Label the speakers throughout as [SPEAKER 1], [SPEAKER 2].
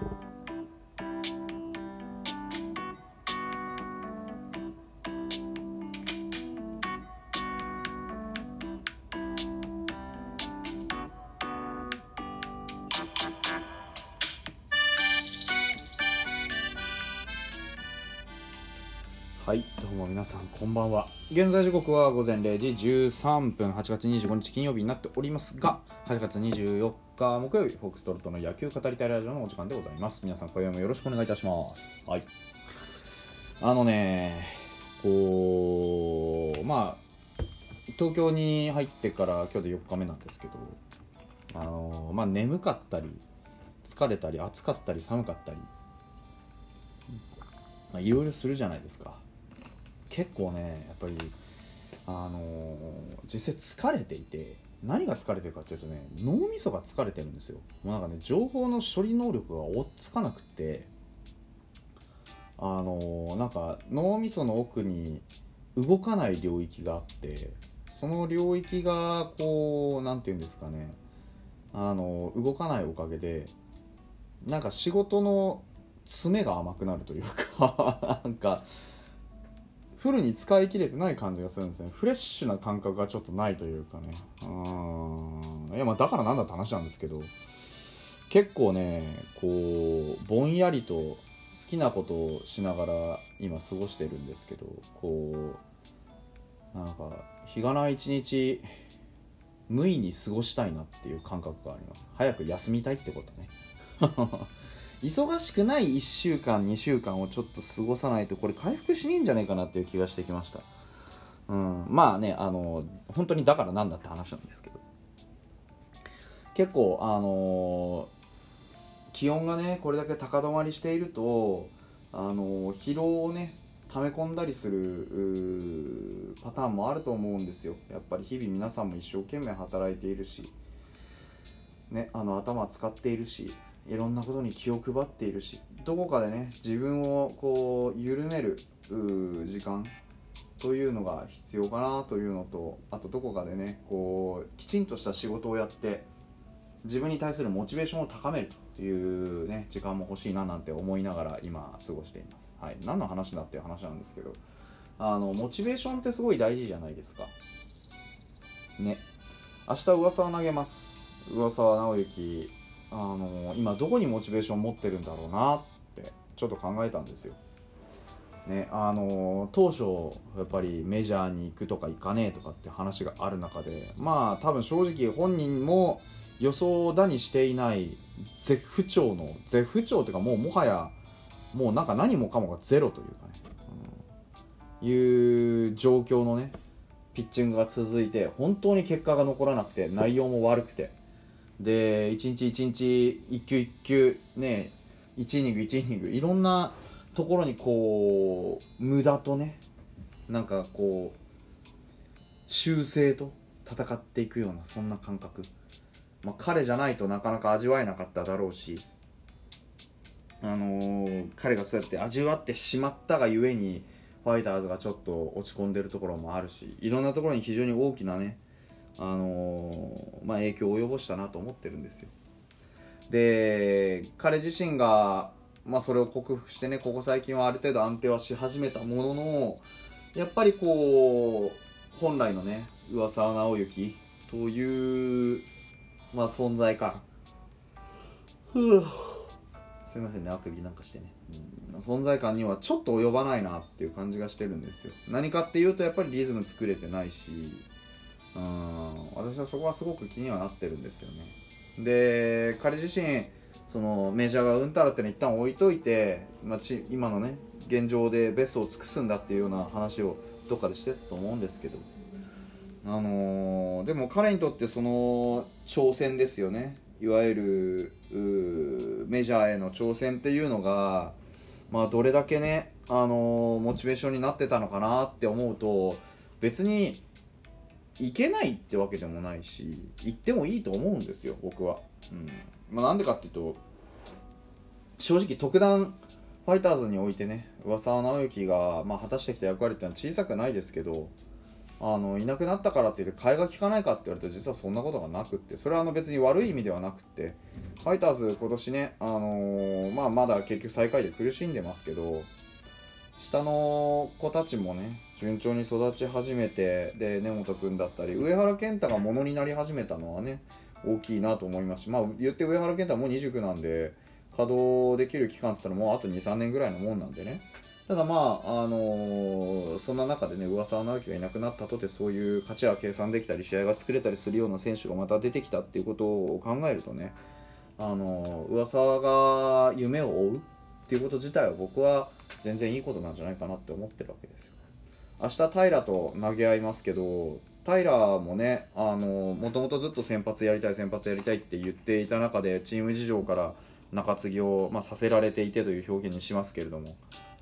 [SPEAKER 1] はい、どうも皆さんこんばんは。現在時刻は午前0時13分、8月25日金曜日になっておりますが、8月24日木曜日、フォックストロットの野球語りたいラジオのお時間でございます。皆さん今夜もよろしくお願いいたします。はい。東京に入ってから今日で4日目なんですけど、眠かったり疲れたり暑かったり寒かったり、いろいろするじゃないですか。結構ね、やっぱり実際疲れていて、何が疲れてるかっていうとね、脳みそが疲れてるんですよ。もうなんかね、情報の処理能力が追っつかなくて、なんか脳みその奥に動かない領域があって、その領域がこう、なんていうんですかね、動かないおかげで、なんか仕事の詰めが甘くなるというかなんかフルに使い切れてない感じがするんですね。フレッシュな感覚がちょっとないというかね。いや、だからなんだって話なんですけど、結構ね、こうぼんやりと好きなことをしながら今過ごしてるんですけど、こうなんか日がない一日無意に過ごしたいなっていう感覚があります。早く休みたいってことね忙しくない1週間2週間をちょっと過ごさないとこれ回復しねえんじゃねえかなっていう気がしてきました。まあね、本当にだからなんだって話なんですけど、結構気温がねこれだけ高止まりしていると疲労をね溜め込んだりするパターンもあると思うんですよ。やっぱり日々皆さんも一生懸命働いているしね、頭使っているし、いろんなことに気を配っているし、どこかでね自分をこう緩める時間というのが必要かなというのと、あとどこかでねこうきちんとした仕事をやって自分に対するモチベーションを高めるというね時間も欲しいななんて思いながら今過ごしています。はい、何の話だっていう話なんですけど、モチベーションってすごい大事じゃないですかね。明日噂を投げます。上沢直之、今どこにモチベーション持ってるんだろうなってちょっと考えたんですよね。当初やっぱりメジャーに行くとか行かねえとかって話がある中で、まあ多分正直本人も予想だにしていない絶不調っていうか、もはやもうなんか何もかもがゼロというかね、いう状況のねピッチングが続いて、本当に結果が残らなくて内容も悪くて、で一日一日一球一球ね、1イニング1イニングいろんなところにこう無駄とね、なんかこう修正と戦っていくようなそんな感覚、彼じゃないとなかなか味わえなかっただろうし、彼がそうやって味わってしまったがゆえにファイターズがちょっと落ち込んでるところもあるし、いろんなところに非常に大きなね、影響を及ぼしたなと思ってるんですよ。で彼自身が、それを克服してね、ここ最近はある程度安定はし始めたものの、やっぱりこう本来のね上沢直之という、存在感、すいませんね、あくびなんかしてね、存在感にはちょっと及ばないなっていう感じがしてるんですよ。何かっていうとやっぱりリズム作れてないし、私はそこはすごく気にはなってるんですよね。で彼自身そのメジャーがうんたらっての一旦置いといて、今のね現状でベストを尽くすんだっていうような話をどっかでしてたと思うんですけど、でも彼にとってその挑戦ですよね、いわゆるメジャーへの挑戦っていうのが、どれだけね、モチベーションになってたのかなって思うと、別に行けないってわけでもないし、行ってもいいと思うんですよ僕は。なんでかっていうと、正直特段ファイターズにおいてね上沢直之が、果たしてきた役割っていうのは小さくないですけど、 いなくなったからって言って替えが利かないかって言われたら実はそんなことがなくって、それは別に悪い意味ではなくって、ファイターズ今年ね、まだ結局最下位で苦しんでますけど、下の子たちもね順調に育ち始めて、で根本君だったり上原健太がものになり始めたのはね大きいなと思いますし、言って上原健太はもう29なんで稼働できる期間って言ったらもうあと 2,3 年ぐらいのもんなんでね。ただそんな中でね上沢直樹がいなくなったとて、そういう勝ちは計算できたり試合が作れたりするような選手がまた出てきたっていうことを考えるとね、上沢が夢を追うっていうこと自体は僕は全然いいことなんじゃないかなって思ってるわけですよ。明日平と投げ合いますけど、平もねもともとずっと先発やりたいって言っていた中でチーム事情から中継ぎを、させられていてという表現にしますけれども、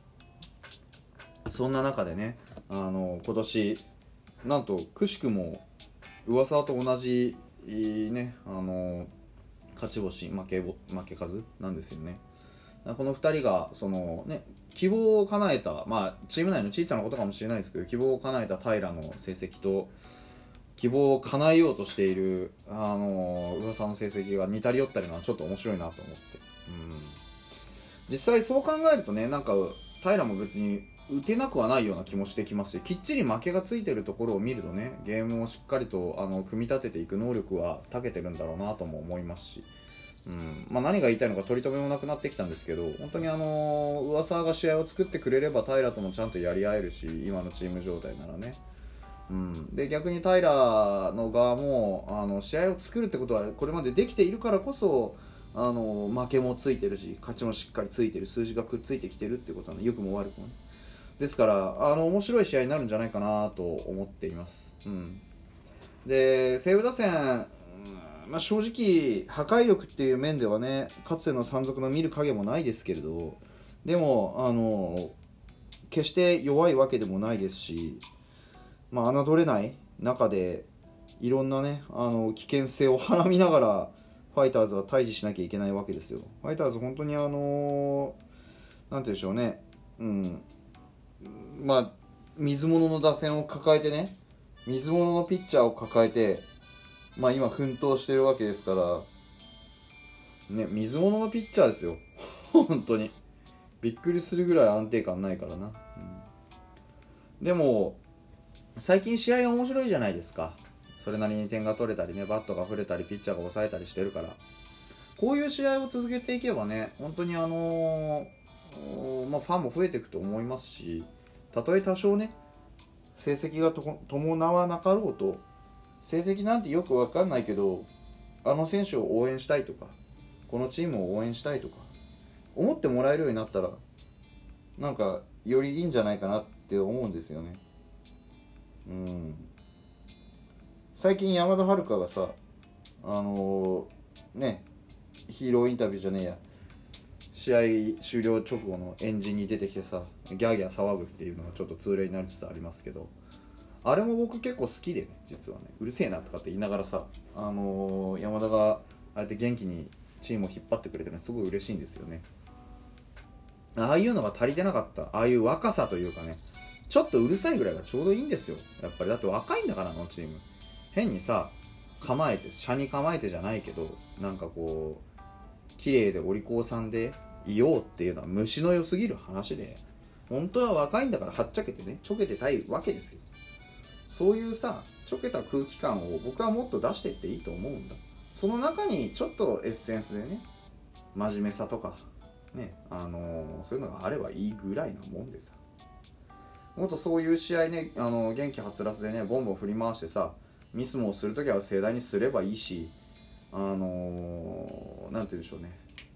[SPEAKER 1] そんな中でね今年なんとくしくも上沢と同じね勝ち星負け数なんですよね。この2人がその、ね、希望を叶えた、チーム内の小さなことかもしれないですけど、希望を叶えた平の成績と希望を叶えようとしている上沢の成績が似たり寄ったりのはちょっと面白いなと思って、実際そう考えるとね、なんか平も別に打てなくはないような気もしてきますし、きっちり負けがついてるところを見るとね、ゲームをしっかりと組み立てていく能力は長けてるんだろうなとも思いますし、何が言いたいのか取り留めもなくなってきたんですけど、本当に上沢が試合を作ってくれれば平ともちゃんとやり合えるし、今のチーム状態ならね、で逆に平の側も試合を作るってことはこれまでできているからこそ負けもついてるし勝ちもしっかりついてる、数字がくっついてきてるってことは、ね、良くも悪くもね、ですから面白い試合になるんじゃないかなと思っています。で西武打線、正直破壊力っていう面ではねかつての山賊の見る影もないですけれど、でも決して弱いわけでもないですし、侮れない中でいろんなね危険性をはらみながらファイターズは対峙しなきゃいけないわけですよ。ファイターズ本当になんて言うんでしょうね、水物の打線を抱えてね、水物のピッチャーを抱えて、今奮闘してるわけですからね、水物のピッチャーですよ本当にびっくりするぐらい安定感ないからな、でも最近試合面白いじゃないですか。それなりに点が取れたりね、バットが振れたりピッチャーが抑えたりしてるから、こういう試合を続けていけばね本当にファンも増えていくと思いますし、たとえ多少ね成績が伴わなかろうと、成績なんてよく分かんないけど選手を応援したいとかこのチームを応援したいとか思ってもらえるようになったらなんかよりいいんじゃないかなって思うんですよね。最近山田遥がさヒーローインタビューじゃねえや、試合終了直後の円陣に出てきてさギャーギャー騒ぐっていうのがちょっと通例になりつつありますけど、あれも僕結構好きでね、実はねうるせえなとかって言いながらさ、山田がああやって元気にチームを引っ張ってくれてるのすごい嬉しいんですよね。ああいうのが足りてなかった、ああいう若さというかね、ちょっとうるさいぐらいがちょうどいいんですよやっぱり。だって若いんだからあのチーム、変にさ構えて車に構えてじゃないけどなんかこう綺麗でお利口さんでいようっていうのは虫の良すぎる話で、本当は若いんだからはっちゃけてねちょけてたいわけですよ。そういうさちょけた空気感を僕はもっと出していっていいと思うんだ。その中にちょっとエッセンスでね真面目さとかねそういうのがあればいいぐらいなもんでさ、もっとそういう試合ね元気はつらつでねボンボン振り回してさ、ミスもするときは盛大にすればいいし、なんて言うんでしょうね、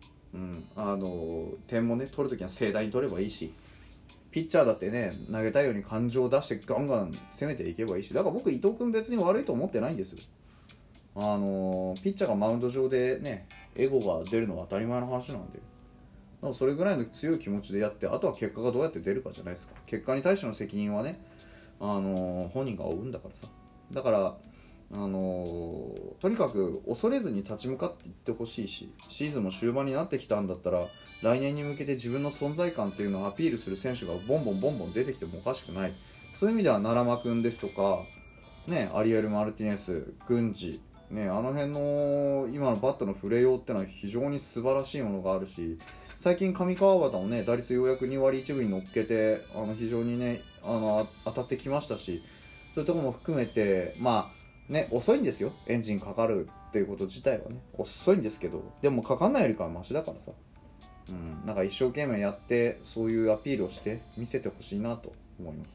[SPEAKER 1] 点もね取るときは盛大に取ればいいし、ピッチャーだってね投げたいように感情を出してガンガン攻めていけばいいし、だから僕伊藤君別に悪いと思ってないんですよ。ピッチャーがマウンド上でねエゴが出るのは当たり前の話なんで、だからそれぐらいの強い気持ちでやって、あとは結果がどうやって出るかじゃないですか。結果に対しての責任はね本人が負うんだからさ、だからとにかく恐れずに立ち向かっていってほしいし、シーズンも終盤になってきたんだったら来年に向けて自分の存在感っていうのをアピールする選手がボンボン出てきてもおかしくない。そういう意味では奈良間君ですとかね、アリエル・マルティネス、郡司、ね、あの辺の今のバットの振れようってのは非常に素晴らしいものがあるし、最近上川端もね、打率ようやく2割1分に乗っけて非常にね当たってきましたし、そういうところも含めてまあね、遅いんですよ、エンジンかかるっていうこと自体はね遅いんですけど、でもかかんないよりかはマシだからさ、なんか一生懸命やってそういうアピールをして見せてほしいなと思います。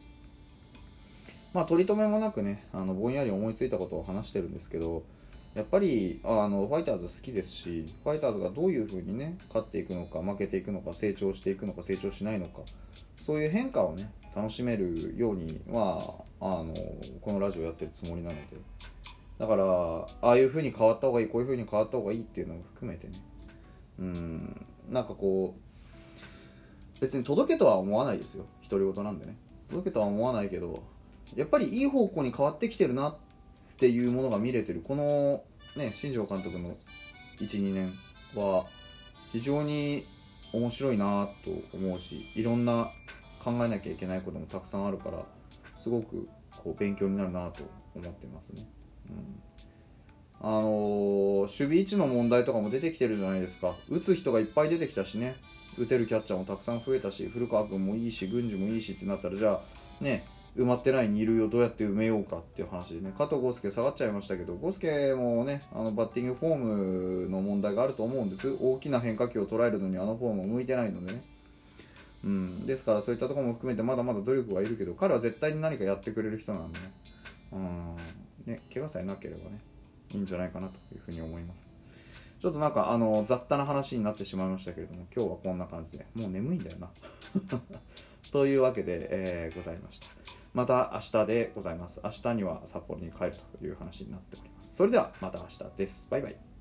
[SPEAKER 1] まあ取り留めもなくねぼんやり思いついたことを話してるんですけど、やっぱりファイターズ好きですし、ファイターズがどういう風にね勝っていくのか負けていくのか成長していくのか成長しないのか、そういう変化をね楽しめるようにこのラジオやってるつもりなので、だからああいう風に変わった方がいい、こういう風に変わった方がいいっていうのも含めてね、なんかこう別に届けとは思わないですよ、独り言なんでね、届けとは思わないけど、やっぱりいい方向に変わってきてるなっていうものが見れてるこのね新庄監督の 1,2 年は非常に面白いなと思うし、いろんな考えなきゃいけないこともたくさんあるから、すごくこう勉強になるなと思ってますね。守備位置の問題とかも出てきてるじゃないですか。打つ人がいっぱい出てきたしね、打てるキャッチャーもたくさん増えたし、古川君もいいし郡司もいいしってなったら、じゃあね埋まってない二塁をどうやって埋めようかっていう話でね、加藤豪将下がっちゃいましたけど、豪介もねバッティングフォームの問題があると思うんです。大きな変化球を捉えるのにフォーム向いてないのでね、ですからそういったところも含めてまだまだ努力はいるけど、彼は絶対に何かやってくれる人なんでね、怪我さえなければねいいんじゃないかなというふうに思います。ちょっとなんか雑多な話になってしまいましたけれども、今日はこんな感じでもう眠いんだよなというわけで、ございました。また明日でございます。明日には札幌に帰るという話になっております。それではまた明日です。バイバイ。